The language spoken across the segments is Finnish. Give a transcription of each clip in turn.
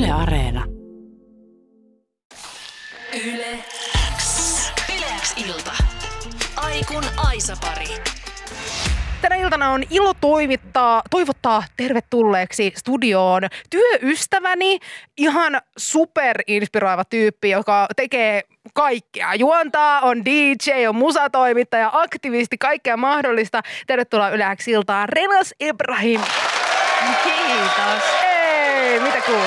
Areena. Yle X. Yle X ilta. Aikun Aisa-pari. Tänä iltana on ilo toivottaa tervetulleeksi studioon työystäväni, ihan superinspiroiva tyyppi, joka tekee kaikkea. Juontaa, on DJ, on musatoimittaja, aktivisti, kaikkea mahdollista. Tervetuloa Yle X iltaan, Renas Ibrahim. Kiitos. Ei, mitä kuuluu?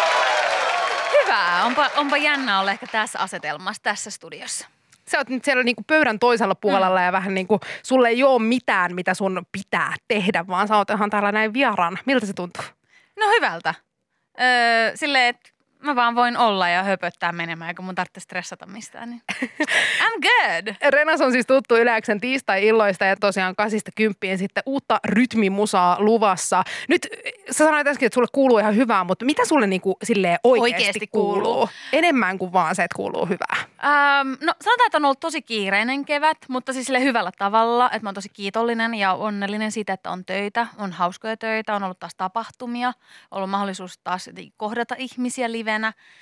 Hyvä. Onpa jännä olla ehkä tässä asetelmassa, tässä studiossa. Sä oot nyt siellä niinku pöydän toisella puolella ja vähän niinku sulle ei ole mitään, mitä sun pitää tehdä, vaan sä oot ihan täällä näin vieraana. Miltä se tuntuu? No hyvältä. Silleen, että mä vaan voin olla ja höpöttää menemään, eikä mun tarvitse stressata mistään. Niin. I'm good. Renas on siis tuttu Yle X:n tiistai-illoista ja tosiaan 8–10 sitten uutta rytmimusaa luvassa. Nyt sä sanoit äsken, että sulle kuuluu ihan hyvää, mutta mitä sulle niinku silleen oikeasti kuuluu? Enemmän kuin vaan se, että kuuluu hyvää. No sanotaan, että on ollut tosi kiireinen kevät, mutta siis silleen hyvällä tavalla, että mä oon tosi kiitollinen ja onnellinen siitä, että on töitä, on hauskoja töitä, on ollut taas tapahtumia, on ollut mahdollisuus taas kohdata ihmisiä livenä.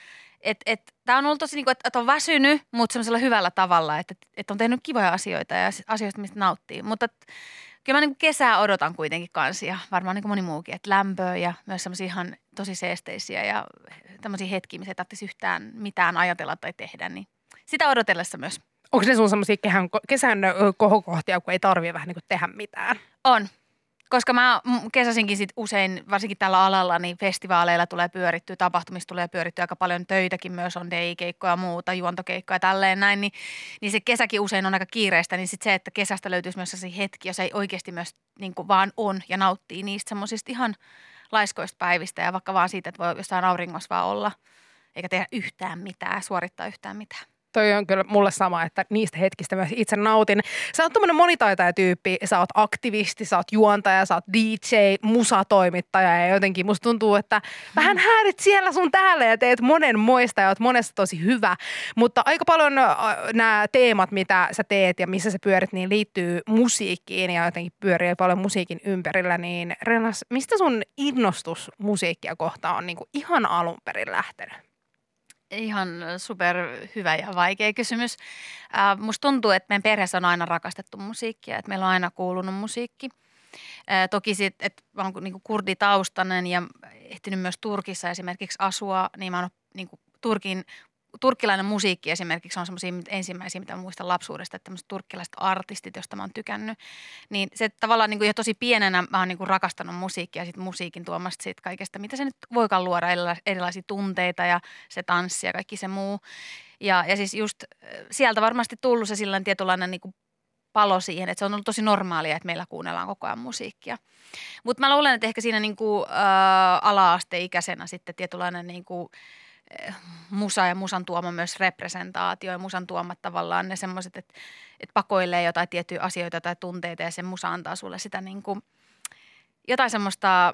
Tää on ollut tosi niinku, että on väsynyt, mutta semmoisella hyvällä tavalla, että on tehnyt kivoja asioita ja asioista, mistä nauttii. Mutta kyllä mä niinku kesää odotan kuitenkin kanssa ja varmaan niinku moni muukin, että lämpöä ja myös semmoisia ihan tosi seesteisiä ja tämmöisiä hetkiä, missä ei tarvitsisi yhtään mitään ajatella tai tehdä, niin sitä odotellessa myös. Onko ne sun semmoisia kesän kohokohtia, kun ei tarvitse vähän niin kuin tehdä mitään? On. Koska mä kesäsinkin sit usein, varsinkin tällä alalla, niin festivaaleilla tulee pyörittyä, tapahtumista tulee pyörittyä aika paljon töitäkin myös, on day-keikkoja ja muuta, juontokeikkoja ja tälleen näin, niin se kesäkin usein on aika kiireistä, niin sit se, että kesästä löytyisi myös sellaisia hetkiä, jos ei oikeasti myös niin kuin vaan on ja nauttii niistä semmoisista ihan laiskoista päivistä ja vaikka vaan siitä, että voi jossain auringossa vaan olla, eikä tehdä yhtään mitään, suorittaa yhtään mitään. Toi on kyllä mulle sama, että niistä hetkistä myös itse nautin. Sä oot tommonen monitaitajatyyppi, sä oot aktivisti, sä oot juontaja, sä oot DJ, musatoimittaja ja jotenkin musta tuntuu, että vähän häärit siellä sun täällä ja teet monenmoista ja oot monessa tosi hyvä. Mutta aika paljon nämä teemat, mitä sä teet ja missä sä pyörit, niin liittyy musiikkiin ja jotenkin pyörii paljon musiikin ympärillä. Niin Renas, mistä sun innostus musiikkia kohtaan on niinku ihan alun perin lähtenyt? Ihan super hyvä ja vaikea kysymys. Musta tuntuu, että meidän perheessä on aina rakastettu musiikkia, että meillä on aina kuulunut musiikki. Toki sitten, että mä oon niinku kurditaustainen ja ehtinyt myös Turkissa esimerkiksi asua, niin mä oon niinku turkkilainen musiikki esimerkiksi on semmoisia ensimmäisiä, mitä mä muistan lapsuudesta, että tämmöiset turkkilaiset artistit, joista mä oon tykännyt. Niin se tavallaan niinku jo tosi pienenä mä oon niinku rakastanut musiikkia ja sit musiikin tuomasta siitä kaikesta, mitä se nyt voikaan luoda erilaisia tunteita ja se tanssi ja kaikki se muu. Ja siis just sieltä varmasti tullut se sellainen tietynlainen niinku palo siihen, että se on ollut tosi normaalia, että meillä kuunnellaan koko ajan musiikkia. Mutta mä luulen, että ehkä siinä niinku ala-asteikäisenä sitten tietynlainen niinku musa ja musan tuoma myös representaatio ja musan tuomat tavallaan ne semmoiset, että pakoilee jotain tiettyjä asioita tai tunteita ja se musa antaa sulle sitä niin kuin jotain semmoista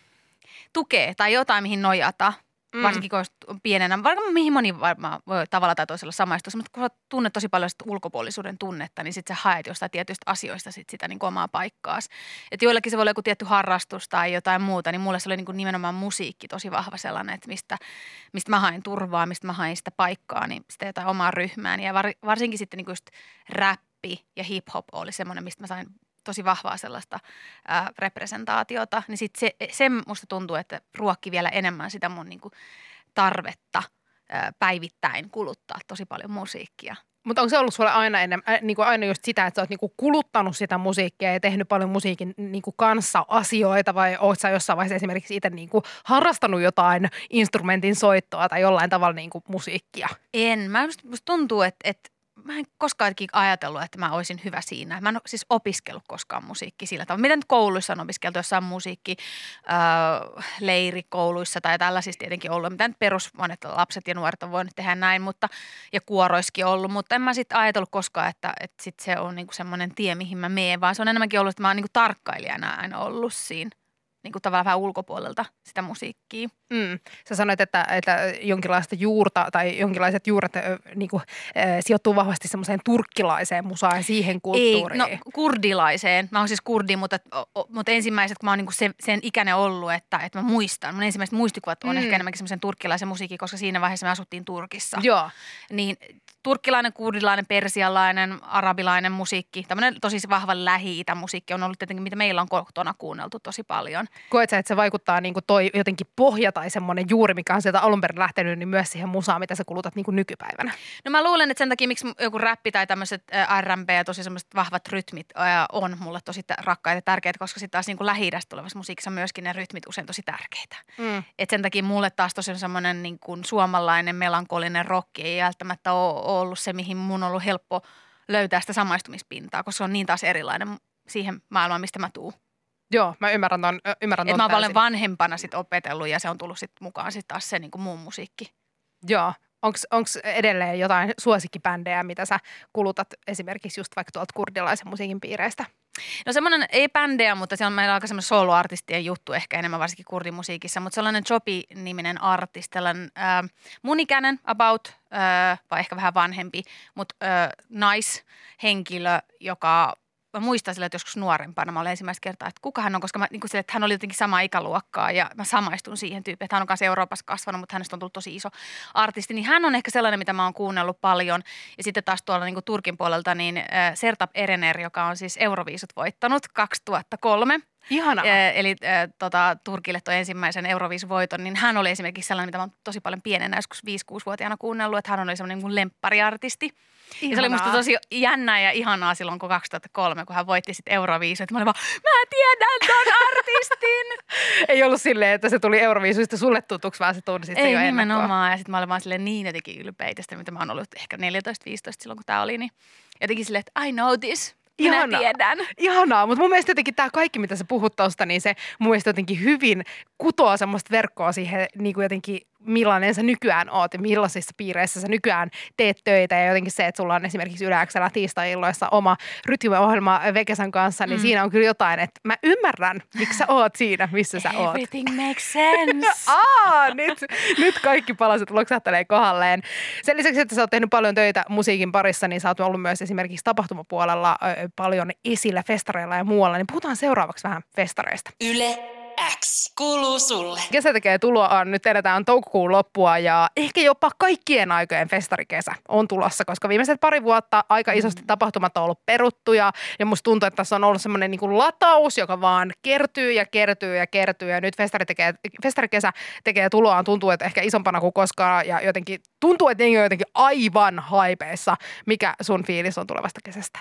tukea tai jotain mihin nojata. Varsinkin kun on pienenä, varmaan mihin moni varmaan voi tavalla tai toisella samaistua, mutta kun sä tunnet tosi paljon sitä ulkopuolisuuden tunnetta, niin sit sä haet jostain tietyistä asioista sitä niin kuin omaa paikkaasi. Että joillakin se voi olla joku tietty harrastus tai jotain muuta, niin mulle se oli niin kuin nimenomaan musiikki tosi vahva sellainen, että mistä mä hain turvaa, mistä mä hain sitä paikkaa, niin sitä jotain omaa ryhmääni. Ja varsinkin sitten niin kuin just räppi ja hip-hop oli semmoinen, mistä mä sain tosi vahvaa sellaista representaatiota, niin sitten se musta tuntuu, että ruokki vielä enemmän sitä mun niinku tarvetta päivittäin kuluttaa tosi paljon musiikkia. Mutta onko se ollut sulle aina, niinku aina just sitä, että sä oot niinku kuluttanut sitä musiikkia ja tehnyt paljon musiikin niinku kanssa asioita vai oot sä jossain vaiheessa esimerkiksi itse niinku harrastanut jotain instrumentin soittoa tai jollain tavalla niinku musiikkia? Musta tuntuu, että mä en koskaan ajatellut, että mä olisin hyvä siinä. Mä en ole siis opiskellut koskaan musiikki sillä tavalla. Miten nyt kouluissa on opiskeltu jossain musiikkileirikouluissa tai tällaisissa tietenkin ollut. Mitä nyt monet lapset ja nuoret on voinut tehdä näin, ja kuoroiskin ollut. Mutta en mä sitten ajatellut koskaan, että sit se on niinku semmoinen tie, mihin mä menen, vaan se on enemmänkin ollut, että mä oon niinku tarkkailijana aina ollut siinä niin kuin tavallaan vähän ulkopuolelta sitä musiikkia. Sä sanoit, että jonkinlaista juurta tai jonkinlaiset juuret niin kuin, sijoittuu vahvasti semmoiseen turkkilaiseen musaan ja siihen kulttuuriin. Ei, no kurdilaiseen. Mä oon siis kurdi, mutta ensimmäiset, kun mä oon niin sen ikäinen ollut, että mä muistan. Mun ensimmäiset muistikuvat on ehkä enemmänkin semmoisen turkkilaisen musiikin, koska siinä vaiheessa me asuttiin Turkissa. Joo. Niin turkkilainen, kurdilainen, persialainen, arabilainen musiikki, tämmöinen tosi vahva lähi-itä-musiikki on ollut tietenkin, mitä meillä on kotona kuunneltu tosi paljon. Koet sä, että se vaikuttaa niin kuin toi jotenkin pohja tai semmoinen juuri, mikä on sieltä alun perin lähtenyt, niin myös siihen musaan, mitä sä kulutat niin kuin nykypäivänä? No mä luulen, että sen takia, miksi joku räppi tai tämmöiset R&B ja tosi semmoiset vahvat rytmit on mulle tosi rakkaita ja tärkeitä, koska sitten taas niin kuin Lähi-idästä tulevassa musiikissa myöskin ne rytmit usein tosi tärkeitä. Et sen takia mulle taas tosi semmoinen niin kuin suomalainen melankolinen rokki ei välttämättä ole ollut se, mihin mun on ollut helppo löytää sitä samaistumispintaa, koska se on niin taas erilainen siihen maailmaan, mistä mä tuun. Joo, mä ymmärrän ton mä oon paljon vanhempana sit opetellut ja se on tullut sit mukaan sit taas se niinku muun musiikki. Joo. Onko edelleen jotain suosikkibändejä, mitä sä kulutat esimerkiksi just vaikka tuolta kurdilaisen musiikin piireistä? No semmoinen, ei bändejä, mutta se on meillä aika semmoinen soloartistien juttu ehkä enemmän varsinkin kurdimusiikissa, mutta sellainen Jopi-niminen artisti, tällainen mun ikäinen about, vai ehkä vähän vanhempi, mutta naishenkilö, joka mä muistan sille, että joskus nuorempana mä olen ensimmäistä kertaa, että kuka hän on, koska mä, niin kuin sille, että hän oli jotenkin samaa ikäluokkaa ja mä samaistun siihen tyyppiin, että hän on kanssa Euroopassa kasvanut, mutta hänestä on tullut tosi iso artisti, niin hän on ehkä sellainen, mitä mä oon kuunnellut paljon. Ja sitten taas tuolla niin kuin Turkin puolelta, niin Sertab Erener, joka on siis Euroviisut voittanut 2003. Ihanaa. Eli Turkille tuo ensimmäisen Euroviisuvoiton, niin hän oli esimerkiksi sellainen, mitä mä oon tosi paljon pienenä, joskus 5-6-vuotiaana kuunnellut, että hän oli sellainen niin kuin lemppariartisti. Ihanaa. Ja se oli musta tosi jännää ja ihanaa silloin, kun 2003, kun hän voitti sitten Euroviisut. Mä olin vaan, mä tiedän ton artistin. Ei ollut silleen, että se tuli Euroviisuista sulle tutuksi, vaan se tunsi sitten jo ennakkoa. Ei nimenomaan. Ja sitten mä olin vaan silleen niin jotenkin ylpeitä sitä, mitä mä oon ollut ehkä 14-15 silloin, kun tää oli. Niin jotenkin silleen, että I know this. Minä tiedän. Ihanaa, mutta mun mielestä jotenkin tämä kaikki, mitä sä puhut tosta, niin se mun mielestä jotenkin hyvin kutoaa semmoista verkkoa siihen niin kuin jotenkin millainen sä nykyään oot ja millaisissa piireissä sä nykyään teet töitä ja jotenkin se, että sulla on esimerkiksi Yle X:llä tiistai-illoissa oma rytmiohjelma Vekesan kanssa, niin siinä on kyllä jotain, että mä ymmärrän, miksi sä oot siinä, missä sä oot. Everything makes sense. Nyt kaikki palaset loksahtelee kohdalleen. Sen lisäksi, että sä oot tehnyt paljon töitä musiikin parissa, niin sä oot ollut myös esimerkiksi tapahtumapuolella paljon esillä festareilla ja muualla, niin puhutaan seuraavaksi vähän festareista. Yle X kuuluu sulle. Kesä tekee tuloa, nyt eletään toukokuun loppua ja ehkä jopa kaikkien aikojen festarikesä on tulossa, koska viimeiset pari vuotta aika isosti tapahtumat on ollut peruttuja ja musta tuntuu, että tässä on ollut semmoinen niin kuin lataus, joka vaan kertyy ja kertyy ja kertyy ja nyt festarikesä tekee tuloaan, tuntuu, että ehkä isompana kuin koskaan ja jotenkin tuntuu, että jengi on jotenkin aivan haipeissa. Mikä sun fiilis on tulevasta kesästä?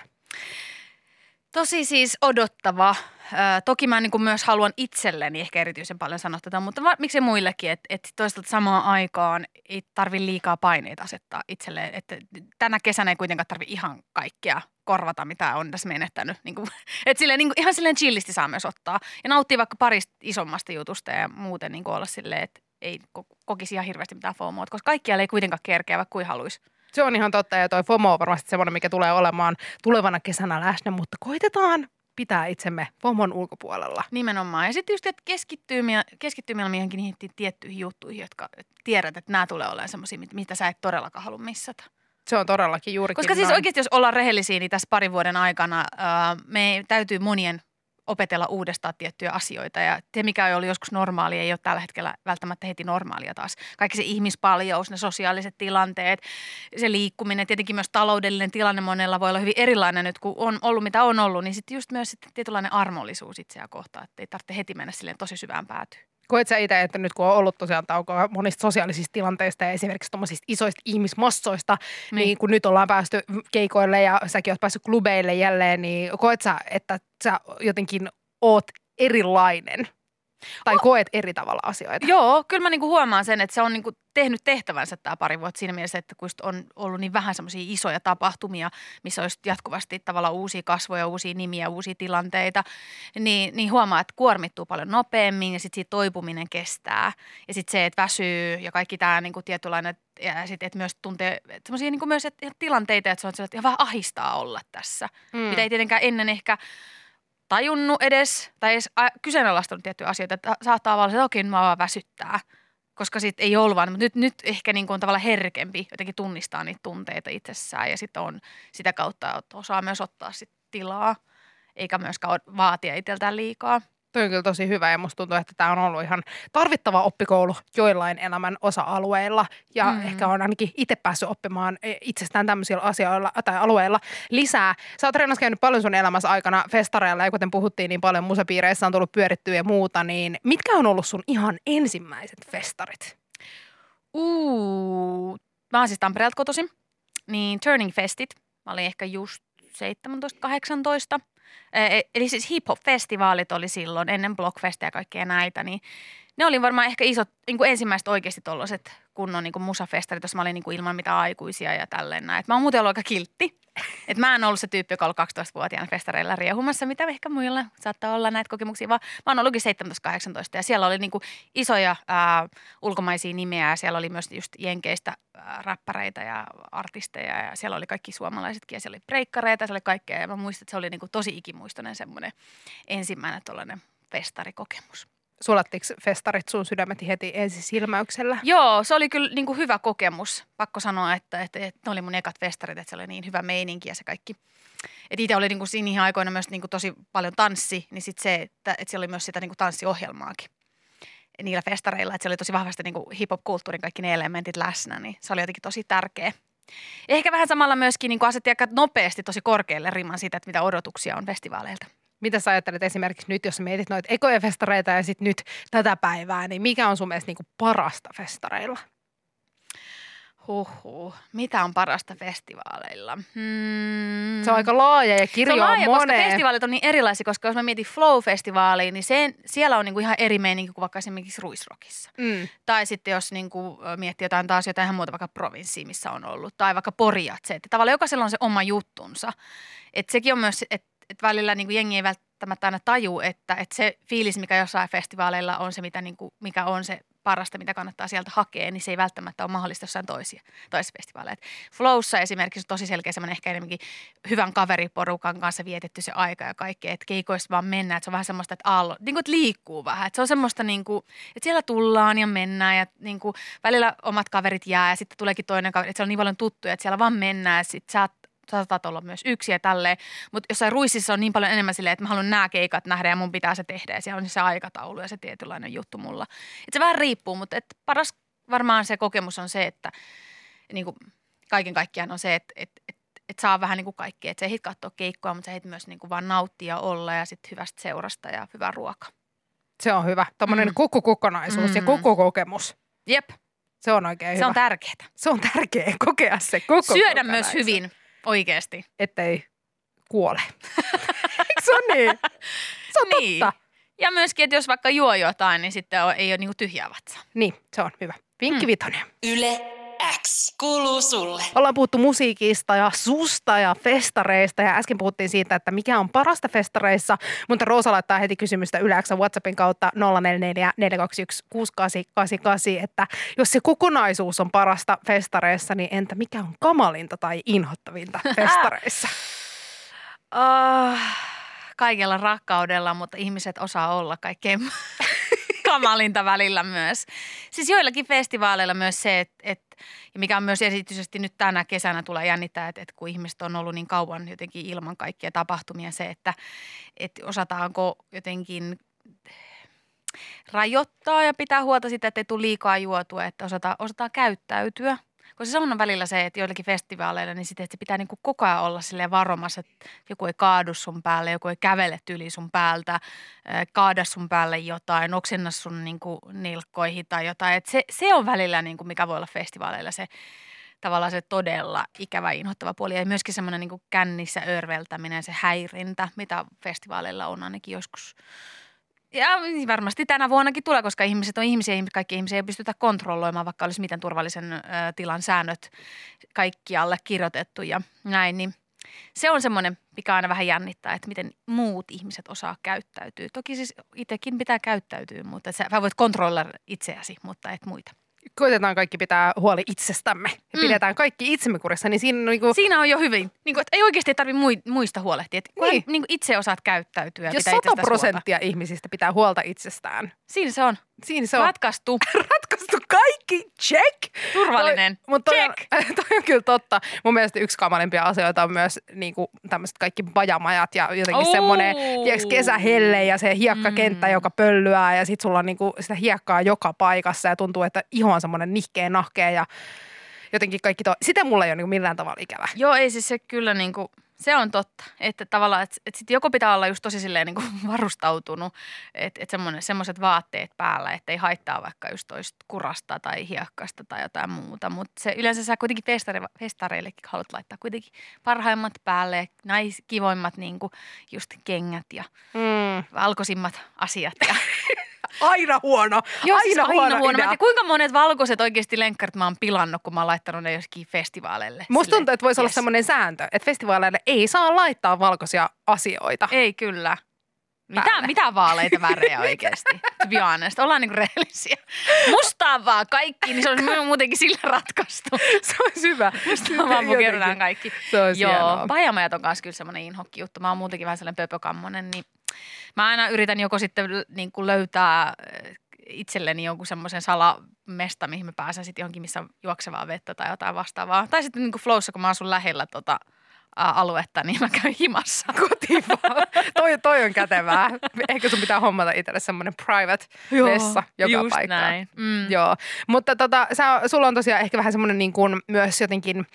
Tosi siis odottava. Toki mä niin kuin myös haluan itselleni ehkä erityisen paljon sanoa tätä, mutta miksei muillekin, että toisaalta samaan aikaan ei tarvitse liikaa paineita asettaa itselleen. Että tänä kesänä ei kuitenkaan tarvitse ihan kaikkea korvata, mitä on tässä menettänyt. Niin kuin, että silleen, niin kuin, ihan silleen chillisti saa myös ottaa. Ja nauttii vaikka parista isommasta jutusta ja muuten niin kuin olla silleen, että ei kokisi ihan hirveästi mitään FOMOa, koska kaikkialla ei kuitenkaan kerkeä, vaikka kuin haluaisi. Se on ihan totta ja toi FOMO on varmasti semmoinen, mikä tulee olemaan tulevana kesänä läsnä, mutta koitetaan pitää itsemme FOMOn ulkopuolella. Nimenomaan. Ja sitten just, että keskittyy mieluummin niihin tiettyihin juttuihin, jotka tiedät, että nämä tulee olemaan semmoisia, mitä sä et todellakaan halua missata. Se on todellakin juurikin koska siis oikeasti, jos ollaan rehellisiä, niin tässä parin vuoden aikana me täytyy monien opetella uudestaan tiettyjä asioita ja se, mikä oli joskus normaalia, ei ole tällä hetkellä välttämättä heti normaalia taas. Kaikki se ihmispaljous, ne sosiaaliset tilanteet, se liikkuminen, tietenkin myös taloudellinen tilanne monella voi olla hyvin erilainen nyt, kun on ollut mitä on ollut, niin sitten just myös sitten tietynlainen armollisuus itseä kohtaan, että ei tarvitse heti mennä silleen tosi syvään päätyyn. Koet sä itse, että nyt kun on ollut tosiaan taukoa monista sosiaalisista tilanteista ja esimerkiksi tuommoisista isoista ihmismassoista, niin kun nyt ollaan päästy keikoille ja säkin oot päässyt klubeille jälleen, niin koet sä, että sä jotenkin oot erilainen? Tai koet eri tavalla asioita? Joo, kyllä mä niinku huomaan sen, että se on niinku tehnyt tehtävänsä tämä pari vuotta siinä mielessä, että kun on ollut niin vähän semmoisia isoja tapahtumia, missä olisi jatkuvasti tavallaan uusia kasvoja, uusia nimiä, uusia tilanteita, niin huomaa, että kuormittuu paljon nopeammin ja sitten siitä toipuminen kestää. Ja sitten se, että väsyy ja kaikki tämä niinku tietynlainen, ja sitten että myös tuntee semmoisia niinku myös tilanteita, että se on sellainen, että vähän ahistaa olla tässä. Mitä ei tietenkään ennen ehkä tajunnut edes, tai edes kyseenalaistanut tiettyjä asioita, että saattaa olla, että okei, mä vaan väsyttää, koska sitten ei ollut vaan, mutta nyt ehkä niin kuin on tavallaan herkempi jotenkin tunnistaa niitä tunteita itsessään ja sitten on sitä kautta, että osaa myös ottaa sit tilaa, eikä myöskään vaatia itseltään liikaa. Toi on kyllä tosi hyvä ja musta tuntuu, että tämä on ollut ihan tarvittava oppikoulu joillain elämän osa-alueilla ja ehkä on ainakin itse päässyt oppimaan itsestään tämmöisillä asioilla tai alueilla lisää. Sä oot Riinas käynyt paljon sun elämässä aikana festareilla ja kuten puhuttiin niin paljon musapiireissä on tullut pyörittyä ja muuta, niin mitkä on ollut sun ihan ensimmäiset festarit? Mä oon siis Tampereelta kotoisin, niin Turning Festit, mä olin ehkä just 17-18. Eli siis hip-hop-festivaalit oli silloin ennen Blockfestia ja kaikkea näitä, niin ne oli varmaan ehkä isot, niin kuin ensimmäiset oikeasti tollaset kunnon niin kuin musafestarit, jossa mä olin niin kuin ilman mitään aikuisia ja tälleen näin. Et mä oon muuten ollut aika kiltti. Et mä en ollut se tyyppi, joka on ollut 12-vuotiaana festareilla riehumassa, mitä ehkä muilla saattaa olla näitä kokemuksia, vaan mä oon ollutkin 17-18 ja siellä oli niin kuin isoja ulkomaisia nimeä ja siellä oli myös just jenkeistä räppäreitä ja artisteja ja siellä oli kaikki suomalaisetkin ja siellä oli breikkareita, siellä oli kaikkea ja mä muistan, että se oli niin kuin tosi ikimuistoinen semmoinen ensimmäinen tollainen festarikokemus. Sulattiko festarit sun sydämet heti ensisilmäyksellä? Joo, se oli kyllä niin kuin hyvä kokemus. Pakko sanoa, että ne oli mun ekat festarit, että se oli niin hyvä meininki ja se kaikki. Että itse oli niin kuin siinä aikoina myös niin kuin tosi paljon tanssi, niin sitten se, että siellä oli myös sitä niin kuin tanssiohjelmaakin niillä festareilla. Että se oli tosi vahvasti niin kuin hip-hop-kulttuurin kaikki ne elementit läsnä, niin se oli jotenkin tosi tärkeä. Ehkä vähän samalla myöskin niin kuin asetti aika nopeasti tosi korkealle riman siitä, että mitä odotuksia on festivaaleilta. Mitä sä ajattelet esimerkiksi nyt, jos sä mietit noita ekoja festareita ja sitten nyt tätä päivää, niin mikä on sun mielestä niinku parasta festareilla? Mitä on parasta festivaaleilla? Se on aika laaja ja kirjo on laaja, moneen. koska festivaalit on niin erilaisia, koska jos mä mietin Flow-festivaalia, niin siellä on niinku ihan eri meininki kuin vaikka esimerkiksi Ruisrockissa. Tai sitten jos niinku miettii jotain ihan muuta, vaikka Provinssia, missä on ollut, tai vaikka Poriatse. Tavallaan jokaisella on se oma juttunsa. Että sekin on myös, että välillä niinku jengi ei välttämättä aina taju, että se fiilis, mikä jossain festivaaleilla on se, mikä on se parasta, mitä kannattaa sieltä hakea, niin se ei välttämättä ole mahdollista jossain toisissa festivaaleilla. Flowssa esimerkiksi on tosi selkeä semmoinen ehkä enemmänkin hyvän kaveriporukan kanssa vietetty se aika ja kaikkea, että keikoista vaan mennään, että se on vähän semmoista, että että liikkuu vähän, että se on semmoista että siellä tullaan ja mennään ja välillä omat kaverit jää ja sitten tuleekin toinen kaveri, että siellä on niin paljon tuttuja, että siellä vaan mennään ja sitten saatat olla myös yksi ja tälleen, mutta jossain Ruississa on niin paljon enemmän silleen, että mä haluan nämä keikat nähdä ja mun pitää se tehdä ja siellä on se aikataulu ja se tietynlainen juttu mulla. Että se vähän riippuu, mutta paras varmaan se kokemus on se, että niin kuin kaiken kaikkiaan on se, että saa vähän niin kuin kaikkea, että sä ehdit katsoa keikkoa, mutta sä ehdit myös niin kuin vaan nauttia olla ja sitten hyvästä seurasta ja hyvä ruoka. Se on hyvä. Tuommoinen koko kokonaisuus ja koko kokemus. Jep. Se on oikein hyvä. Se on tärkeää. Se on tärkeää kokea se koko syödä myös hyvin. Oikeesti. Ettei kuole. Eikö se ole niin? Se on niin. totta. Ja myöskin, että jos vaikka juo jotain, niin sitten ei ole niinku tyhjää vatsaa. Niin, se on hyvä. Vinkki vitonen. Yle X kuuluu sulle. Ollaan puhuttu musiikista ja susta ja festareista ja äsken puhuttiin siitä, että mikä on parasta festareissa, mutta Roosa laittaa heti kysymystä Yle X:n WhatsAppin kautta 044 421 6888, että jos se kokonaisuus on parasta festareissa, niin entä mikä on kamalinta tai inhottavinta festareissa? Kaikella rakkaudella, mutta ihmiset osaa olla kaikkein kamalinta välillä myös. Siis joillakin festivaaleilla myös se, että ja mikä on myös erityisesti nyt tänä kesänä tulee jännittää, että kun ihmiset on ollut niin kauan jotenkin ilman kaikkia tapahtumia, se, että osataanko jotenkin rajoittaa ja pitää huolta sitä, että ei tule liikaa juotua, että osataan käyttäytyä. Koska se on välillä se, että joillakin festivaaleilla, niin sitten, että se pitää niin kuin koko ajan olla silleen varomassa, että joku ei kaadu sun päälle, joku ei kävele yli sun päältä, kaada sun päälle jotain, oksenna sun niin kuin nilkkoihin tai jotain. Että se on välillä, niin kuin mikä voi olla festivaaleilla se tavallaan se todella ikävä inhottava puoli. Ja myöskin semmoinen niin kuin kännissä örveltäminen, se häirintä, mitä festivaaleilla on ainakin joskus. Ja varmasti tänä vuonnakin tulee, koska ihmiset on ihmisiä, kaikki ihmisiä ei pystytä kontrolloimaan, vaikka olisi miten turvallisen tilan säännöt kaikkialle kirjoitettu ja näin. Niin se on semmoinen, mikä aina vähän jännittää, että miten muut ihmiset osaa käyttäytyä. Toki siis itsekin pitää käyttäytyä, mutta sä voit kontrolloida itseäsi, mutta et muita. koitetaan kaikki pitää huoli itsestämme ja pidetään kaikki itsemme kurissa, niin siinä on niinku... Siinä on jo hyvin. Niinku, että ei oikeasti tarvitse muista huolehtia. Että niin. Niinku itse osaat käyttäytyä ja jos pitää itsestäsi 100% ihmisistä pitää huolta itsestään. Siinä se on. Siinä se on. Ratkaistu. Ratkaistu kaikki. Check. Turvallinen. Mutta check. Toi on kyllä totta. Mun mielestä yksi kamalimpia asioita on myös niinku tämmöiset kaikki bajamajat ja jotenkin semmoinen kesähelle ja se hiekkakenttä, joka pöllyää ja sit sulla on niinku sitä hiekkaa joka paikassa ja tuntuu, että iho on semmoinen nihkeä nahkea ja jotenkin kaikki sitä mulla ei ole niinku millään tavalla ikävä. Joo, ei siis se kyllä niinku, se on totta, että tavallaan, että sit joko pitää olla just tosi silleen niinku varustautunut, että semmoiset vaatteet päällä, että ei haittaa vaikka just toista kurasta tai hiekkasta tai jotain muuta, mutta se yleensä sä kuitenkin festareillekin haluat laittaa kuitenkin parhaimmat päälle, kivoimmat niinku just kengät ja valkoisimmat asiat ja... Aina huono. Joo, aina huono idea. Mä kuinka monet valkoiset oikeasti lenkkarit mä oon pilannut, kun mä oon laittanut ne jossakin festivaaleille. Musta tuntuu, että voisi olla semmoinen sääntö, että festivaaleille ei saa laittaa valkoisia asioita. Ei kyllä. Mitä vaaleita värejä oikeasti? To be honest. Ollaan niinku rehellisiä. Mustaa vaan kaikki, niin se olisi muutenkin sillä ratkaistu. Se olisi hyvä. Mustaa vaan pukeudaan kaikki. Se olisi hienoa. Pajamajat on kanssa kyllä semmoinen inhokki juttu. Mä oon muutenkin vähän sellainen pöpökammonen, niin mä aina yritän joko sitten niin kuin löytää itselleni jonkun semmoisen salamesta, mihin mä pääsen sitten johonkin, missä on juoksevaa vettä tai jotain vastaavaa. Tai sitten niin kuin flowssa, kun mä asun lähellä aluetta, niin mä käyn himassa. Kotiin vaan. Toi on kätevää. Ehkä sun pitää hommata itselle semmoinen private vessa joka paikkaan. Näin. Joo, mutta sulla on tosiaan ehkä vähän semmoinen niin kuin myös jotenkin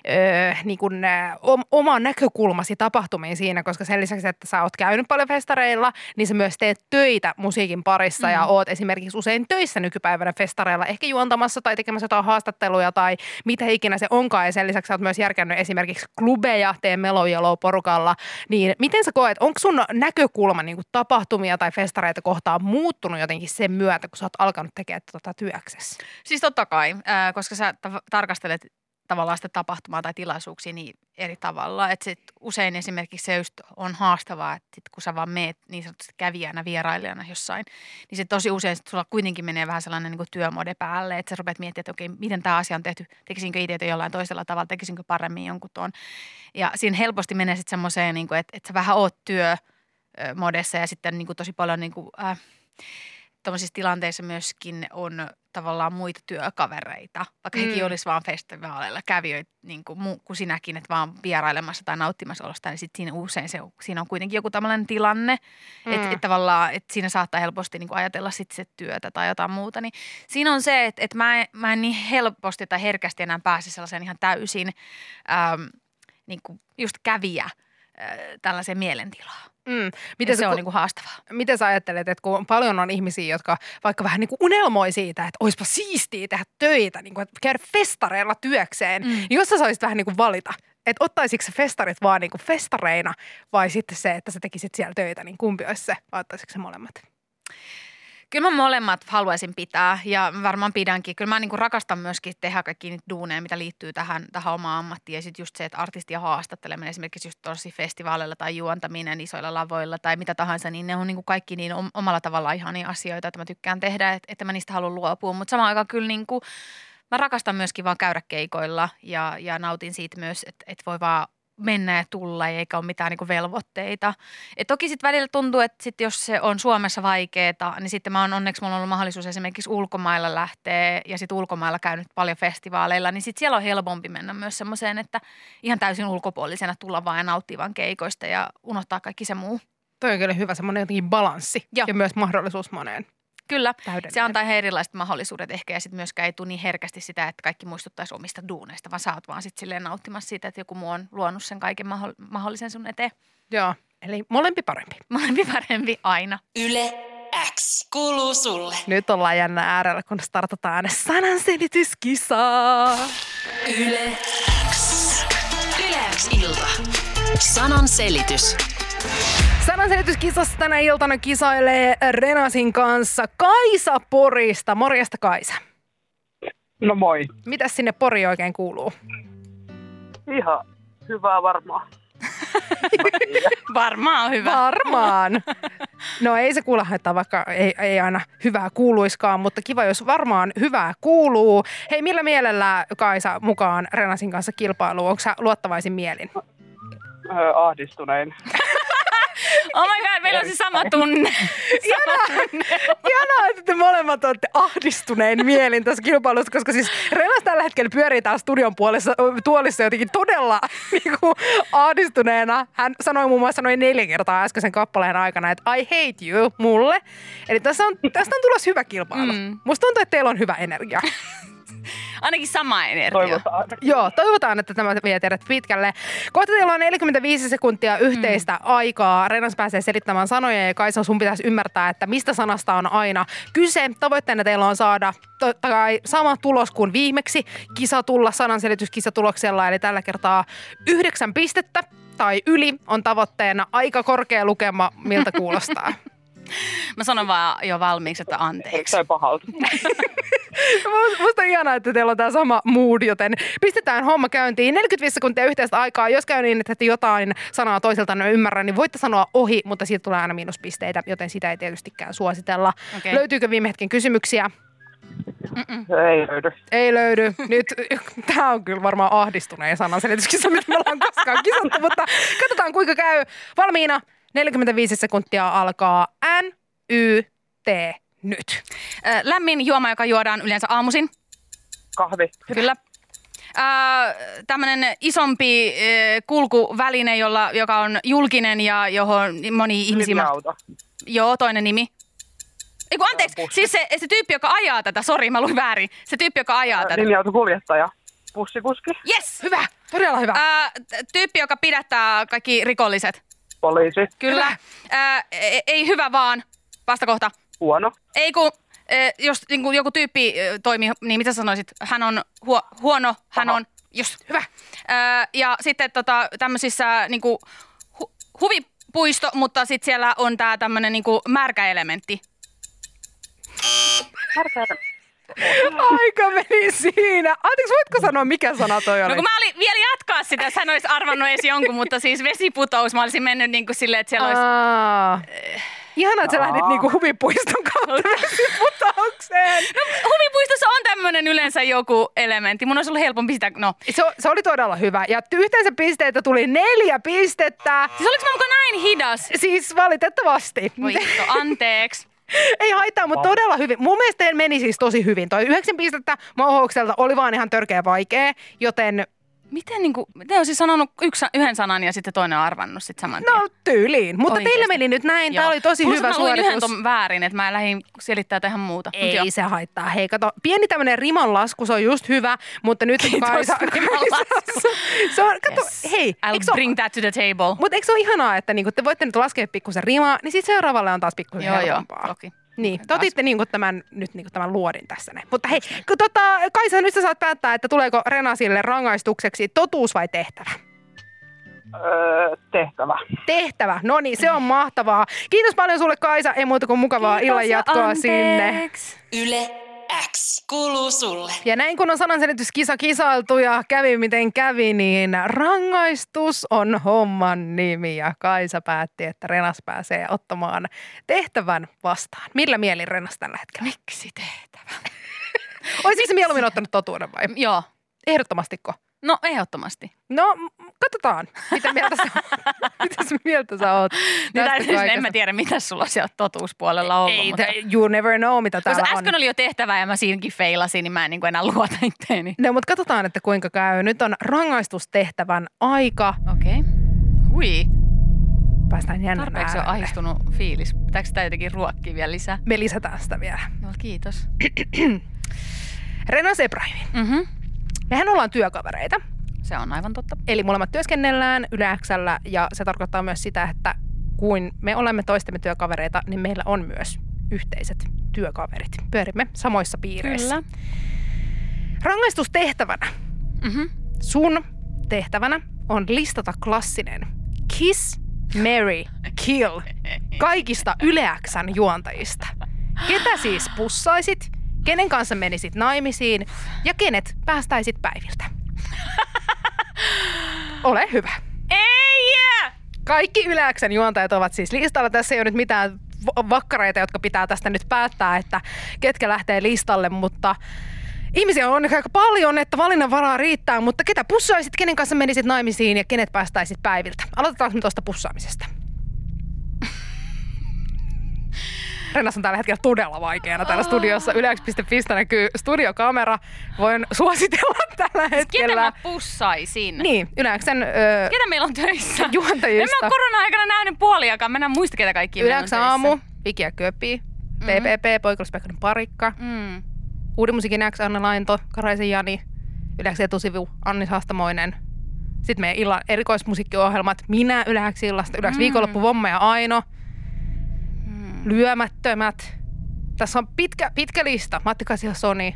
niin kuin, oma näkökulmasi tapahtumiin siinä, koska sen lisäksi, että sä oot käynyt paljon festareilla, niin sä myös teet töitä musiikin parissa ja oot esimerkiksi usein töissä nykypäivänä festareilla, ehkä juontamassa tai tekemässä jotain haastatteluja tai mitä ikinä se onkaan. Ja sen lisäksi sä oot myös järkännyt esimerkiksi klubeja teidän Mellow Yellow -porukalla, niin miten sä koet, onko sun näkökulma niin kuin tapahtumia tai festareita kohtaan muuttunut jotenkin sen myötä, kun sä oot alkanut tekemään työksessä? Siis totta kai, koska sä tarkastelet tavallaan sitä tapahtumaa tai tilaisuuksia niin eri tavalla. Että sit usein esimerkiksi se just on haastavaa, että sit kun sä vaan meet niin sanotusti kävijänä, vierailijana jossain, niin se tosi usein sit sulla kuitenkin menee vähän sellainen niin kuin työmode päälle, että sä rupeat miettimään, että okei, miten tämä asia on tehty, tekisinkö itse jollain toisella tavalla, tekisinkö paremmin jonkun tuon. Ja siinä helposti menee sitten semmoiseen, niin kuin, että sä vähän oot työmodessa ja sitten niin kuin tosi paljon niin kuin, tuollaisissa tilanteissa myöskin on tavallaan muita työkavereita, vaikka hekin olisi vaan festivaaleilla kävijöitä niin kuin sinäkin, että vaan vierailemassa tai nauttimassa olosta, niin sitten siinä usein siinä on kuitenkin joku tämmöinen tilanne, että tavallaan, että siinä saattaa helposti niin kuin ajatella sitten se työtä tai jotain muuta. Niin siinä on se, että mä en niin helposti tai herkästi enää pääse sellaiseen ihan täysin niin kuin just kävijä tällaiseen mielentilaan. Miten se on niin kuin haastavaa. Miten sä ajattelet, että kun paljon on ihmisiä, jotka vaikka vähän niin kuin unelmoi siitä, että olisipa siistiä tehdä töitä, niin kuin, että käydä festareilla työkseen, niin jos sä saisit vähän niin kuin valita, että ottaisitko sä festarit vaan niin kuin festareina vai sitten se, että sä tekisit siellä töitä, niin kumpi olisi se, vai ottaisitko sä molemmat? Kyllä mä molemmat haluaisin pitää ja varmaan pidänkin. Kyllä mä niin kuin rakastan myöskin tehdä kaikki niitä duuneja, mitä liittyy tähän omaan ammattiin. Ja sitten just se, että artistia haastatteleminen esimerkiksi just tosi festivaaleilla tai juontaminen isoilla lavoilla tai mitä tahansa, niin ne on niin kuin kaikki niin omalla tavalla ihania asioita, että mä tykkään tehdä, että mä niistä haluan luopua. Mutta samaan aikaan kyllä niin kuin, mä rakastan myöskin vaan käydä keikoilla ja nautin siitä myös, että voi vaan mennä ja tulla eikä ole mitään niinku velvoitteita. Et toki sitten välillä tuntuu, että sit jos se on Suomessa vaikeaa, niin sitten onneksi mulla on ollut mahdollisuus esimerkiksi ulkomailla lähteä ja sitten ulkomailla käynyt paljon festivaaleilla, niin sitten siellä on helpompi mennä myös semmoiseen, että ihan täysin ulkopuolisena tulla vaan ja nauttia vaan keikoista ja unohtaa kaikki se muu. Toi on kyllä hyvä semmoinen jotenkin balanssi ja myös mahdollisuus moneen. Kyllä, se antaa ihan erilaiset mahdollisuudet ehkä ja sitten myöskään ei tule niin herkästi sitä, että kaikki muistuttaisi omista duuneista, vaan sä oot vaan sitten silleen nauttimassa siitä, että joku muu on luonut sen kaiken mahdollisen sun eteen. Joo, eli molempi parempi. Molempi parempi aina. Yle X kuuluu sulle. Nyt ollaan jännä äärellä, kun startataan sananselityskisaa. Yle X. Yle X ilta. Sananselitys. Sananselityskisassa tänä iltana kisailee Renasin kanssa Kaisa Porista. Morjesta, Kaisa. No moi. Mitäs sinne Poriin oikein kuuluu? Ihan hyvää varmaan. Varmaan on hyvä. Varmaan. No ei se kuule haittaa, vaikka ei aina hyvää kuuluiskaan, mutta kiva, jos varmaan hyvää kuuluu. Hei, millä mielellä Kaisa mukaan Renasin kanssa kilpailuun? Onko sä luottavaisin mielin? Ahdistunein. Oh my god, meillä on se sama tunne. Ihanaa, että te molemmat olette ahdistunein mielin tässä kilpailussa, koska siis Renas tällä hetkellä pyörii täällä studion tuolissa jotenkin todella ahdistuneena. Hän sanoi muun muassa noin 4 kertaa äskeisen kappaleen aikana, että I hate you mulle. Eli tästä on tulossa hyvä kilpailu. Musta tuntuu, että teillä on hyvä energia. Ainakin sama energia. Toivotaan. Joo, toivotaan, että tämä vie teidät pitkälle. Kohta teillä on 45 sekuntia yhteistä aikaa. Renas pääsee selittämään sanoja ja Kaisa, sun pitäisi ymmärtää, että mistä sanasta on aina kyse. Tavoitteena teillä on saada sama tulos kuin viimeksi kisatulla sananselityskisatuloksella, eli tällä kertaa 9 pistettä tai yli on tavoitteena. Aika korkea lukema, miltä kuulostaa. Mä sanon vaan jo valmiiksi, että anteeksi. Eikö se pahalta? Musta on ihanaa, että teillä on tämä sama mood, joten pistetään homma käyntiin. 45 sekuntia yhteistä aikaa. Jos käy niin, että te jotain sanaa toiselta ne ymmärrä, niin voitte sanoa ohi, mutta siitä tulee aina miinuspisteitä, joten sitä ei tietystikään suositella. Okay. Löytyykö viime hetken kysymyksiä? Ei löydy. Ei löydy. Nyt tämä on kyllä varmaan ahdistunein sananselityskisa, mitä me ollaan koskaan kisattu, mutta katsotaan kuinka käy. Valmiina. 45 sekuntia alkaa. N-Y-T nyt. Lämmin juoma, joka juodaan yleensä aamuisin. Kahvi. Kyllä. Tämmöinen isompi kulkuväline, joka on julkinen ja johon moni ihmisiä... Linja-auto. Joo, toinen nimi. Eiku, anteeksi, siis se tyyppi, joka ajaa tätä. Sori, mä luin väärin. Se tyyppi, joka ajaa tätä. Linja-autokuljettaja. Bussikuski. Yes! Hyvä, todella hyvä. Tyyppi, joka pidättää kaikki rikolliset. Poliisi. Kyllä. Ei hyvä vaan. Vastakohta. Huono. Ei kun, jos niin joku tyyppi toimii, niin mitä sanoisit? Hän on huono, hän on, just, hyvä. Ja sitten tämmöisissä niin kuin, huvipuisto, mutta sitten siellä on tää tämmönen niin kuin märkä elementti. Aika meni siinä. Anteeksi, voitko sanoa, mikä sana toi oli? No kun mä olin vielä jatkaa sitä, hän olisi arvannut edes jonkun, mutta siis vesiputous, mä olisin mennyt niin kuin silleen, että siellä olisi... Ihanaa, että sä lähdit niinku huvipuiston kautta vesiputoukseen. No, huvipuistossa on tämmöinen yleensä joku elementti. Mun olisi ollut helpompi sitä, no. Se oli todella hyvä. Ja yhteensä pisteitä tuli 4 pistettä. Siis oliko mä muka näin hidas? Siis valitettavasti. Voi hitto, anteeksi. Ei haittaa, mutta todella hyvin. Mun mielestä teillä meni siis tosi hyvin. Toi 9 pistettä Mauhoukselta oli vaan ihan törkeä vaikea, joten... Miten niinku, te on siis sanonut yhden sanan ja sitten toinen on arvannut sit saman tien? No tyyliin, mutta oikeasti. Teillä meni nyt näin. Tämä oli tosi hyvä suoritus. Mä luin yhden ton väärin, että mä lähdin selittää ihan muuta. Ei se haittaa. Hei, kato, pieni tämmönen rimanlasku, se on just hyvä, mutta nyt... Kiitos, rimanlasku. Kato, yes. Hei. I'll bring that to the table. Mutta eikö se ole ihanaa, että niinku, te voitte nyt laskea pikkusen rimaa, niin sitten seuraavalle on taas pikkusen helpompaa. Joo, toki. Niin, te otitte tämän luodin tässä. Mutta hei, Kaisa, nyt sä saat päättää, että tuleeko Renasille rangaistukseksi totuus vai tehtävä? Tehtävä. Tehtävä, no niin, se on mahtavaa. Kiitos paljon sulle, Kaisa, ei muuta kuin mukavaa illan jatkoa sinne. Yle X kuuluu sulle. Ja näin kun on sananselityskisa kisailtu ja kävi miten kävi, niin rangaistus on homman nimi. Ja Kaisa päätti, että Renas pääsee ottamaan tehtävän vastaan. Millä mielin Renas tällä hetkellä? Miksi tehtävä? Olisitko se mieluummin ottanut totuuden vai? Joo. Ehdottomastiko? No ehdottomasti. No, katsotaan. Mitä mieltä sä oot? En mä tiedä, mitä sulla siellä totuuspuolella on ollut. Ei, mutta... you never know, mitä täällä on. Äsken oli jo tehtävä ja mä siinäkin feilasin, niin mä en niin enää luota itteeni. No, mutta katsotaan, että kuinka käy. Nyt on rangaistustehtävän aika. Okei. Hui. Päästään jännän Tarpeeksi on ahistunut fiilis. Pitääkö sitä jotenkin ruokkia vielä lisää? Me lisätään sitä vielä. No, kiitos. Renas Ebrahimi. Mehän ollaan työkavereita. Se on aivan totta. Eli molemmat työskennellään Yle X:llä ja se tarkoittaa myös sitä, että kun me olemme toistemme työkavereita, niin meillä on myös yhteiset työkaverit. Pyörimme samoissa piireissä. Kyllä. Rangaistustehtävänä. Sun tehtävänä on listata klassinen Kiss, Marry, Kill kaikista Yle X:n juontajista. Ketä siis pussaisit? Kenen kanssa menisit naimisiin ja kenet päästäisit päiviltä? Ole hyvä. Ei Kaikki Yle X:n juontajat ovat siis listalla. Tässä ei ole nyt mitään vakkareita, jotka pitää tästä nyt päättää, että ketkä lähtee listalle, mutta ihmisiä on aika paljon, että valinnanvaraa riittää, mutta ketä pussaisit, kenen kanssa menisit naimisiin ja kenet päästäisit päiviltä? Aloitetaanko me tuosta pussaamisesta? Rennas on tällä hetkellä todella vaikeana täällä studiossa. YleX.fistä näkyy studiokamera. Voin suositella tällä hetkellä. Ketä mä pussaisin? Niin, YleXn Ketä meillä on töissä? juontajista. En mä ole korona-aikana nähnyt puoliakaan. Mä en muista, ketä kaikki meillä on YleX töissä. aamu, Viki ja Köpi, PPP, Poikiluspekkoinen Parikka, Uuden musiikin X, Anna Lainto, Karaisen Jani, YleX etusivu, Anni Haastamoinen. Sitten meidän illan erikoismusiikkiohjelmat, minä YleX illasta, YleX viikonloppu, Vomma ja Aino, Lyömättömät. Tässä on pitkä lista. Matti Kasila Soni,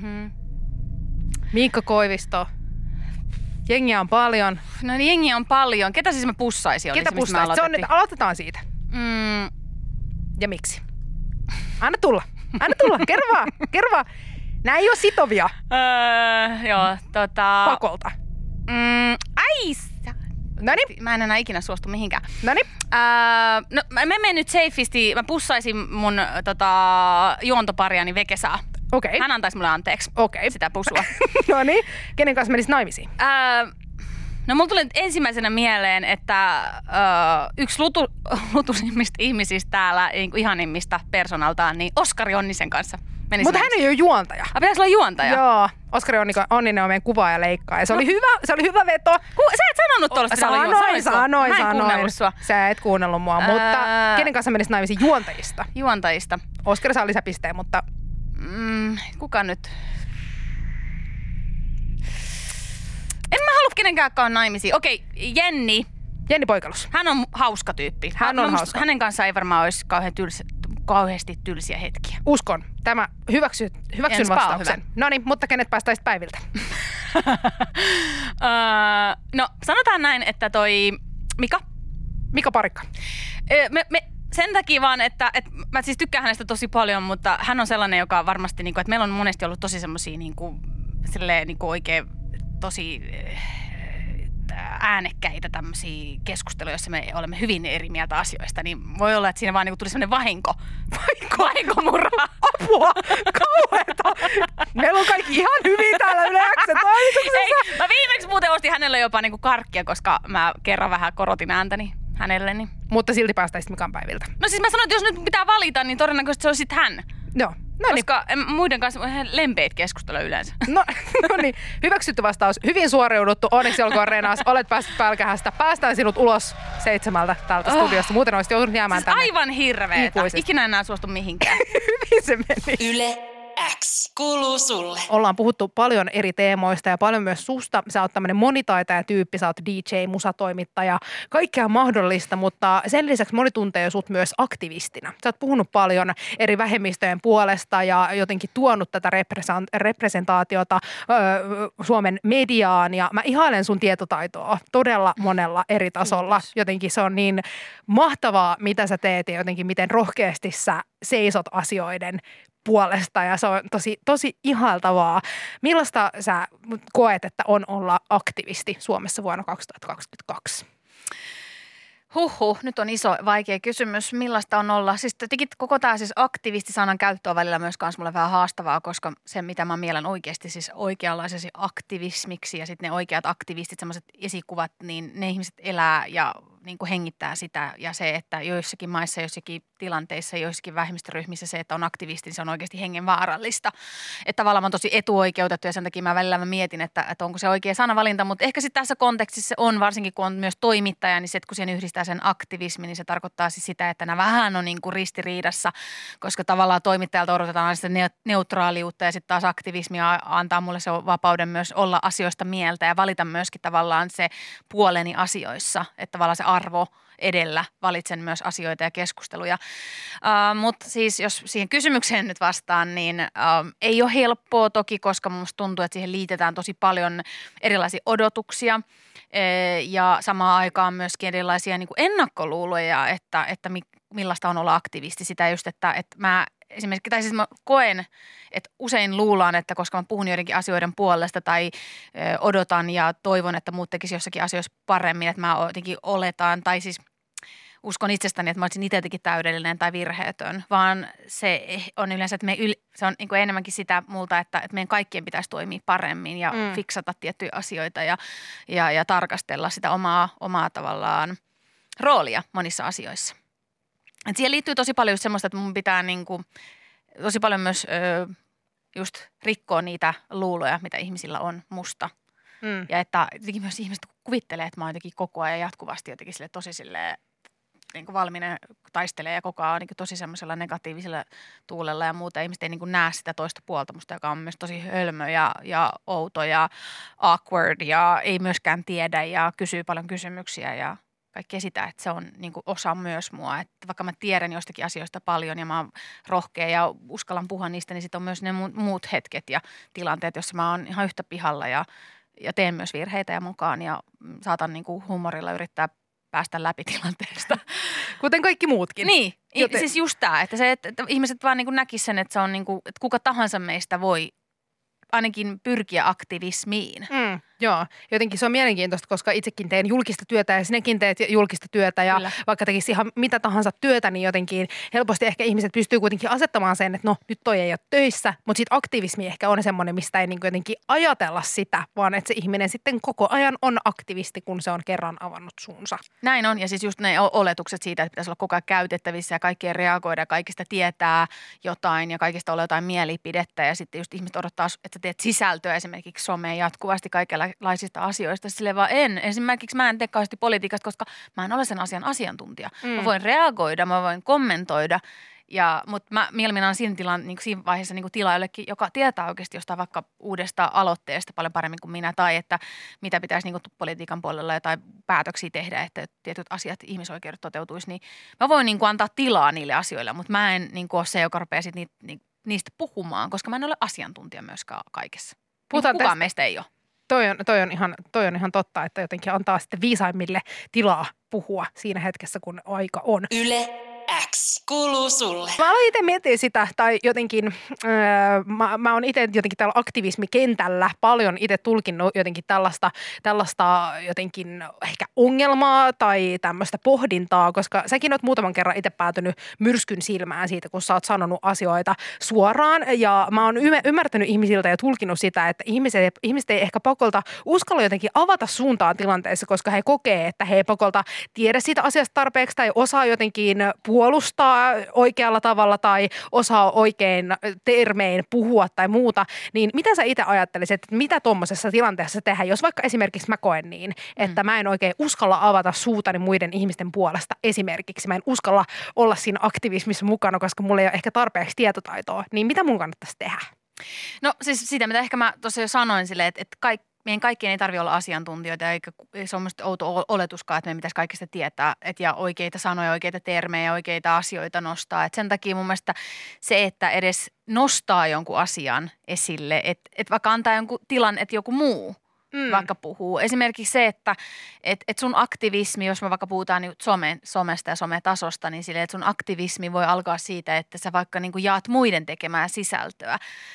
Miikka Koivisto. Jengiä on paljon. No niin, jengiä on paljon. Ketä siis mä pussaisin? Ketä pussaisit? Se on nyt, aloitetaan siitä. Ja miksi? Anna tulla. Kerro vaan. Nää ei ole sitovia. Joo, Pakolta. Noniin. Mä en enää ikinä suostu mihinkään. Noniin. No mä menen nyt safeisti. Mä pussaisin mun juontopariani Vekesaa. Okei. Hän antaisi mulle anteeksi sitä pusua. Noniin. Kenen kanssa menisit naimisiin? No mulla tuli nyt ensimmäisenä mieleen, että yksi lutusimmista ihmisistä täällä, niin ihanimmista personaltaan, niin Oskari Onnisen kanssa. Mutta hän ei ole juontaja. Pitäis olla juontaja? Joo. Oskari Onninen on meidän kuvaaja ja leikkaaja. Se oli hyvä veto. Sä et sanonut tuollaista. Sanoin. Mä en kuunnellut sua. Sä et kuunnellut mua, mutta kenen kanssa menisit naimisiin juontajista? Juontajista. Oskari saa lisäpisteen, mutta... Kuka nyt? En mä halua kenenkään naimisiin. Okei, Jenni. Jenni Poikalus. Hän on hauska tyyppi. Hän on hauska. Hänen kanssaan ei varmaan olisi kauheasti tylsiä hetkiä. Uskon. Tämä hyväksyn vastauksen. Noniin, mutta kenet päästäisit päiviltä? No, sanotaan näin, että toi Mika Parikka. Sen takia vaan, että mä siis tykkään hänestä tosi paljon, mutta hän on sellainen, joka varmasti, että meillä on monesti ollut tosi semmosia oikein tosi äänekkäitä tämmöisiä keskusteluja, joissa me olemme hyvin eri mieltä asioista, niin voi olla, että siinä vaan tuli semmoinen vahinkomurha. Apua! Kauheeta! Meillä on kaikki ihan hyvin täällä Yle X:n toimituksessa. Mä viimeksi muuten ostin hänelle jopa karkkia, koska mä kerran vähän korotin ääntäni hänelle. Niin. Mutta silti päästäisit Mikan päiviltä. No siis mä sanoin, että jos nyt pitää valita, niin todennäköisesti se on sit hän. Joo. Koska muiden kanssa lempeitä keskustelua yleensä. No niin, hyväksytty vastaus. Hyvin suoriuduttu. Onneksi olkoon Renas. Olet päässyt pälkähästä. Päästään sinut ulos 7 täältä studiosta. Muuten olisit joutunut jäämään tänne. Aivan hirveetä. Ikinä enää suostu mihinkään. Hyvin se meni. Yle X kuuluu sulle. Ollaan puhuttu paljon eri teemoista ja paljon myös susta. Sä oot tämmönen monitaitaja-tyyppi, sä oot DJ, musatoimittaja, kaikkea mahdollista, mutta sen lisäksi moni tuntee sut myös aktivistina. Sä oot puhunut paljon eri vähemmistöjen puolesta ja jotenkin tuonut tätä representaatiota Suomen mediaan ja mä ihailen sun tietotaitoa todella monella eri tasolla. Kiitos. Jotenkin se on niin mahtavaa, mitä sä teet ja jotenkin miten rohkeasti sä seisot asioiden puolesta ja se on tosi ihailtavaa. Millaista sä koet, että on olla aktivisti Suomessa vuonna 2022? Nyt on iso vaikea kysymys. Millaista on olla? Siis tietenkin koko tämä siis aktivistisanan käyttö on välillä myös mulle vähän haastavaa, koska se mitä mä mielen oikeasti siis oikeanlaisesi aktivismiksi ja sitten ne oikeat aktivistit, sellaiset esikuvat, niin ne ihmiset elää ja niin kuin hengittää sitä ja se, että joissakin maissa, joissakin tilanteissa, joissakin vähemmistöryhmissä se, että on aktivisti, niin se on oikeasti hengenvaarallista. Että tavallaan mä oon tosi etuoikeutettu ja sen takia mä mietin, että onko se oikea sanavalinta, mutta ehkä sitten tässä kontekstissa se on, varsinkin kun on myös toimittaja, niin se, että kun siihen yhdistää sen aktivismi, niin se tarkoittaa siis sitä, että nämä vähän on niin kuin ristiriidassa, koska tavallaan toimittajalta odotetaan aina sitä neutraaliutta ja sitten taas aktivismia antaa mulle se vapauden myös olla asioista mieltä ja valita myöskin tavallaan se puoleni asioissa, että tavallaan se arvo edellä valitsen myös asioita ja keskusteluja. Mutta siis jos siihen kysymykseen nyt vastaan, niin ei ole helppoa toki, koska musta tuntuu, että siihen liitetään tosi paljon erilaisia odotuksia ja samaan aikaan myöskin erilaisia niin kuin ennakkoluuloja, että millaista on olla aktivisti. Sitä just, että mä esimerkiksi, tai siis mä koen, että usein luullaan, että koska mä puhun joidenkin asioiden puolesta tai odotan ja toivon, että muut tekisi jossakin asioissa paremmin, että mä jotenkin oletan tai siis uskon itsestäni, että mä olisin itse jotenkin täydellinen tai virheetön, vaan se on yleensä, että se on niin kuin enemmänkin sitä multa, että meidän kaikkien pitäisi toimia paremmin ja fiksata tiettyjä asioita ja tarkastella sitä omaa tavallaan roolia monissa asioissa. Et siihen liittyy tosi paljon just semmoista, että mun pitää niin kuin, tosi paljon myös just rikkoa niitä luuloja, mitä ihmisillä on musta. Ja että jotenkin myös ihmiset kuvittelee, että mä oon jotenkin koko ajan jatkuvasti jotenkin sille tosi silleen niin kuin valmiina taistelee ja koko ajan niin kuin tosi semmoisella negatiivisella tuulella ja muuta. Ihmiset ei niin kuin näe sitä toista puolta musta, joka on myös tosi hölmö ja outo ja awkward ja ei myöskään tiedä ja kysyy paljon kysymyksiä ja kaikkea sitä, että se on niin kuin osa myös mua. Että vaikka mä tiedän jostakin asioista paljon ja mä oon rohkea ja uskallan puhua niistä, niin sitten on myös ne muut hetket ja tilanteet, joissa mä oon ihan yhtä pihalla ja teen myös virheitä ja mukaan ja saatan niin kuin huumorilla yrittää päästä läpi tilanteesta. Kuten kaikki muutkin. Niin, siis just tämä, että ihmiset vaan niin kuin näkisivät sen, että se on niin kuin, että kuka tahansa meistä voi ainakin pyrkiä aktivismiin. Joo, jotenkin se on mielenkiintoista, koska itsekin teen julkista työtä ja sinäkin teet julkista työtä ja Kyllä. vaikka tekisi ihan mitä tahansa työtä, niin jotenkin helposti ehkä ihmiset pystyy kuitenkin asettamaan sen, että no nyt toi ei ole töissä, mutta sitten aktivismi ehkä on semmoinen, mistä ei niin jotenkin ajatella sitä, vaan että se ihminen sitten koko ajan on aktivisti, kun se on kerran avannut suunsa. Näin on ja siis just ne oletukset siitä, että pitäisi olla koko ajan käytettävissä ja kaikkien reagoida, kaikista tietää jotain ja kaikista olla jotain mielipidettä ja sitten just ihmiset odottaa, että sä teet sisältöä esimerkiksi someen jatkuvasti kaikenlaisista asioista. Silleen vaan esimerkiksi mä en tee kauheasti politiikasta, koska mä en ole sen asian asiantuntija. Mä voin reagoida, mä voin kommentoida, mutta mä mieluummin on siinä vaiheessa niin kuin tilaa jollekin, joka tietää oikeasti jostain vaikka uudesta aloitteesta paljon paremmin kuin minä, tai että mitä pitäisi niin kuin politiikan puolella jotain päätöksiä tehdä, että tietyt asiat, ihmisoikeudet toteutuisi, niin mä voin niin kuin antaa tilaa niille asioille, mutta mä en niin kuin ole se, joka rupeaa sitten niistä puhumaan, koska mä en ole asiantuntija myöskään kaikessa. Kukaan meistä ei ole. Toi on ihan totta, että jotenkin antaa sitten viisaimmille tilaa puhua siinä hetkessä, kun aika on. Yle X kuuluu sulle. Mä aloin itse miettiä sitä, tai jotenkin, mä oon itse jotenkin täällä aktivismikentällä paljon itse tulkinnut jotenkin tällaista jotenkin ehkä ongelmaa tai tämmöistä pohdintaa, koska säkin oot muutaman kerran itse päätynyt myrskyn silmään siitä, kun sä oot sanonut asioita suoraan, ja mä oon ymmärtänyt ihmisiltä ja tulkinnut sitä, että ihmiset ei ehkä pakolta uskalla jotenkin avata suuntaan tilanteessa, koska he kokee, että he ei pakolta tiedä siitä asiasta tarpeeksi tai osaa jotenkin puolustaa oikealla tavalla tai osaa oikein termein puhua tai muuta, niin mitä sä itse ajattelisit, että mitä tuommoisessa tilanteessa tehdä, jos vaikka esimerkiksi mä koen niin, että mä en oikein uskalla avata suutani muiden ihmisten puolesta esimerkiksi, mä en uskalla olla siinä aktivismissa mukana, koska mulla ei ole ehkä tarpeeksi tietotaitoa, niin mitä mun kannattaisi tehdä? No siis sitä, mitä ehkä mä tuossa jo sanoin silleen, että meidän kaikkien ei tarvitse olla asiantuntijoita, eikä se on minusta outo oletuskaan, että meidän pitäisi kaikista tietää ja oikeita sanoja, oikeita termejä, oikeita asioita nostaa. Et sen takia mun mielestä se, että edes nostaa jonkun asian esille, että vaikka antaa jonkun tilan, että joku muu vaikka puhuu. Esimerkiksi se, että sun aktivismi, jos me vaikka puhutaan nyt somesta ja sometasosta, niin silleen, että sun aktivismi voi alkaa siitä, että sä vaikka niin kuin jaat muiden tekemää sisältöä.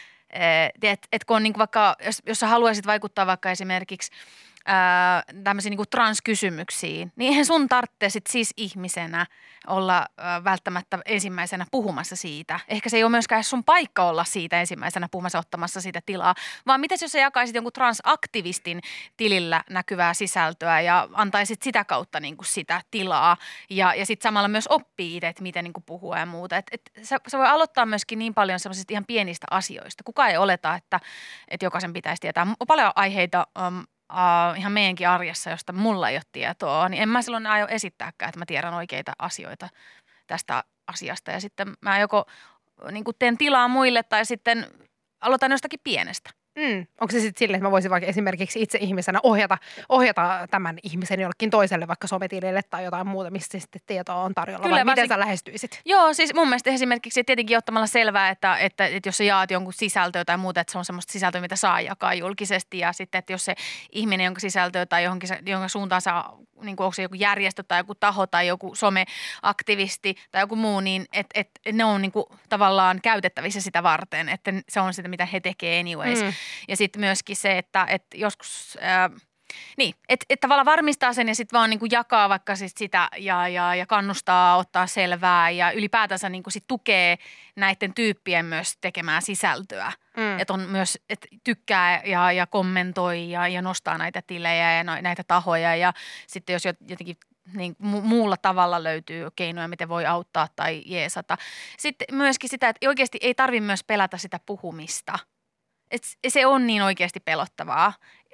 Että kun on niin kuin vaikka, jos sä haluaisit vaikuttaa vaikka esimerkiksi tämmöisiin niin kuin transkysymyksiin, niin eihän sun tarvitse sit siis ihmisenä olla välttämättä ensimmäisenä puhumassa siitä. Ehkä se ei ole myöskään sun paikka olla siitä ensimmäisenä puhumassa, ottamassa siitä tilaa, vaan mitäs jos sä jakaisit jonkun transaktivistin tilillä näkyvää sisältöä ja antaisit sitä kautta niin kuin sitä tilaa ja sitten samalla myös oppii itse, että miten niin kuin puhua ja muuta. Se voi aloittaa myöskin niin paljon semmoisista ihan pienistä asioista. Kukaan ei oleta, että jokaisen pitäisi tietää. On paljon aiheita ihan meidänkin arjessa, josta mulla ei ole tietoa, niin en mä silloin aio esittääkään, että mä tiedän oikeita asioita tästä asiasta. Ja sitten mä joko niin kuin teen tilaa muille tai sitten aloitan jostakin pienestä. Onko se sitten silleen, että mä voisin vaikka esimerkiksi itse ihmisenä ohjata tämän ihmisen jollekin toiselle vaikka sometilille tai jotain muuta, mistä sitten tietoa on tarjolla, kyllä, vai miten sä lähestyisit? Joo, siis mun mielestä esimerkiksi tietenkin ottamalla selvää, että jos sä jaat jonkun sisältöä tai muuta, että se on semmoista sisältöä, mitä saa jakaa julkisesti ja sitten, että jos se ihminen, jonka sisältöä tai jonka suuntaan sä niin kuin onko se joku järjestö tai joku taho tai joku someaktivisti tai joku muu, niin että ne on niin kuin tavallaan käytettävissä sitä varten, että se on sitä, mitä he tekee anyways. Ja sitten myöskin se, että joskus... Niin, että tavallaan varmistaa sen ja sitten vaan niinku jakaa vaikka sit sitä ja kannustaa ottaa selvää ja ylipäätänsä niinku sit tukee näiden tyyppien myös tekemään sisältöä. Että on myös, että tykkää ja kommentoi ja nostaa näitä tilejä ja näitä tahoja ja sitten jos jotenkin niin muulla tavalla löytyy keinoja, miten voi auttaa tai jeesata. Sitten myöskin sitä, että oikeasti ei tarvitse myös pelätä sitä puhumista. Et se on niin oikeasti pelottavaa.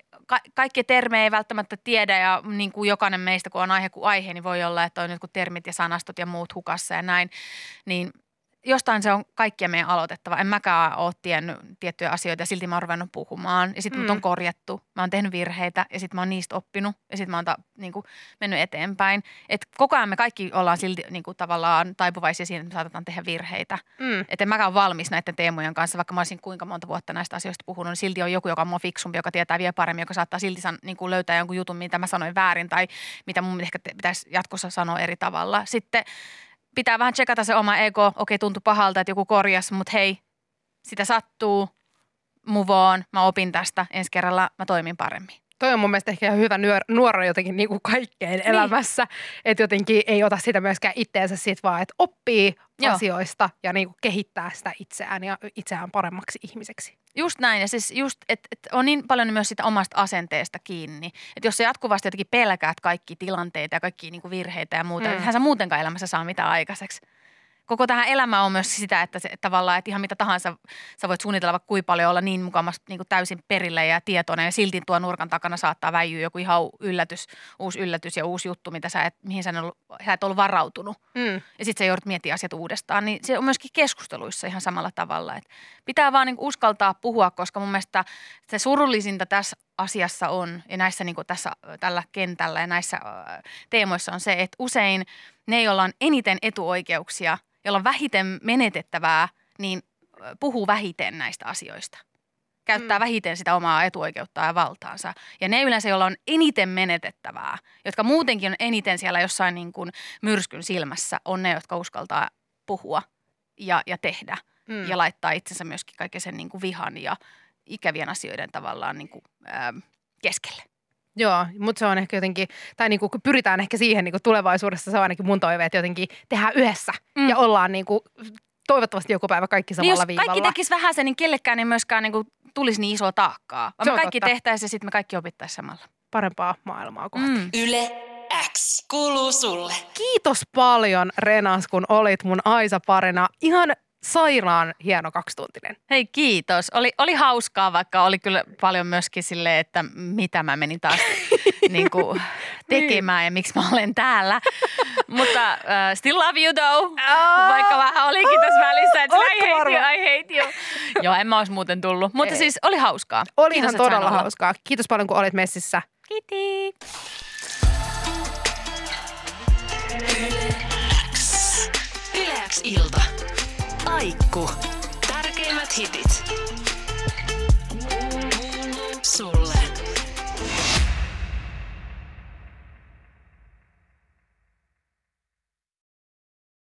Kaikki termejä ei välttämättä tiedä ja niin kuin jokainen meistä, kun on aihe kuin aihe, niin voi olla, että on jotkut termit ja sanastot ja muut hukassa ja näin, niin jostain se on kaikkia meidän aloitettava. En mäkään ole tiennyt tiettyjä asioita ja silti mä oon ruvennut puhumaan ja sitten mut on korjattu. Mä oon tehnyt virheitä ja sitten mä oon niistä oppinut ja sitten mä oon niin kuin mennyt eteenpäin. Et koko ajan me kaikki ollaan silti niin kuin tavallaan taipuvaisia siihen, että me saatetaan tehdä virheitä. Että en mäkään ole valmis näiden teemojen kanssa, vaikka mä olisin kuinka monta vuotta näistä asioista puhunut, niin silti on joku, joka on mua fiksumpi, joka tietää vielä paremmin, joka saattaa silti niin kuin löytää jonkun jutun, mitä mä sanoin väärin tai mitä mun ehkä pitäisi jatkossa sanoa eri tavalla. Sitten pitää vähän tsekata se oma ego. Okei, tuntui pahalta, että joku korjasi, mutta hei, sitä sattuu, move on, mä opin tästä, ensi kerralla mä toimin paremmin. Toi on mun mielestä ehkä ihan hyvä nuora jotenkin niin kuin kaikkeen elämässä, että jotenkin ei ota sitä myöskään itteensä siitä vaan, että oppii asioista ja niin kuin kehittää sitä itseään paremmaksi ihmiseksi. Just näin ja siis just, että on niin paljon myös sitä omasta asenteesta kiinni, että jos sä jatkuvasti jotenkin pelkäät kaikki tilanteita ja kaikki niin kuin virheitä ja muuta, eihän sä muutenkaan elämässä saa mitään aikaiseksi. Koko tähän elämä on myös sitä, että se, tavallaan, että ihan mitä tahansa sä voit suunnitella vaikka kuinka paljon olla niin mukavasti niin kuin täysin perillä ja tietoinen ja silti tuo nurkan takana saattaa väijyä joku ihan uusi yllätys ja uusi juttu, mihin sä et ollut varautunut. Ja sitten sä joudut miettimään asiat uudestaan, niin se on myöskin keskusteluissa ihan samalla tavalla. Että pitää vaan niin kuin uskaltaa puhua, koska mun mielestä se surullisinta tässä asiassa on ja näissä niin kuin tällä kentällä ja näissä teemoissa on se, että usein ne, joilla on eniten etuoikeuksia, jolla on vähiten menetettävää, niin puhuu vähiten näistä asioista. Käyttää vähiten sitä omaa etuoikeuttaa ja valtaansa. Ja ne yleensä, joilla on eniten menetettävää, jotka muutenkin on eniten siellä jossain niin kuin myrskyn silmässä, on ne, jotka uskaltaa puhua ja tehdä. Ja laittaa itsensä myöskin kaiken sen niin kuin vihan ja ikävien asioiden tavallaan niin kuin, keskelle. Joo, mutta se on ehkä jotenkin, tai niinku pyritään ehkä siihen niinku tulevaisuudessa, se on ainakin mun toive, että jotenkin tehdään yhdessä ja ollaan niinku toivottavasti joku päivä kaikki samalla viivalla. Jos kaikki tekisi vähän sen, niin kellekään ei myöskään niinku tulisi niin isoa taakkaa. Vaan me kaikki tehtäisiin ja sitten me kaikki opittaisiin samalla. Parempaa maailmaa kohti. Yle X kuuluu sulle. Kiitos paljon Renas, kun olit mun Aisa-parina. Ihan sairaan hieno 2-tuntinen. Hei, kiitos. Oli hauskaa, vaikka oli kyllä paljon myöskin silleen, että mitä mä menin taas niin kuin tekemään ja miksi mä olen täällä. Mutta still love you though, vaikka vähän olikin tässä välissä, että I hate you. Joo, en mä olisi muuten tullut, mutta siis oli hauskaa. Oli ihan todella hauskaa. Kiitos paljon, kun olit messissä. Kiitos. Yle X ilta. Aikku. Tärkeimmät hitit.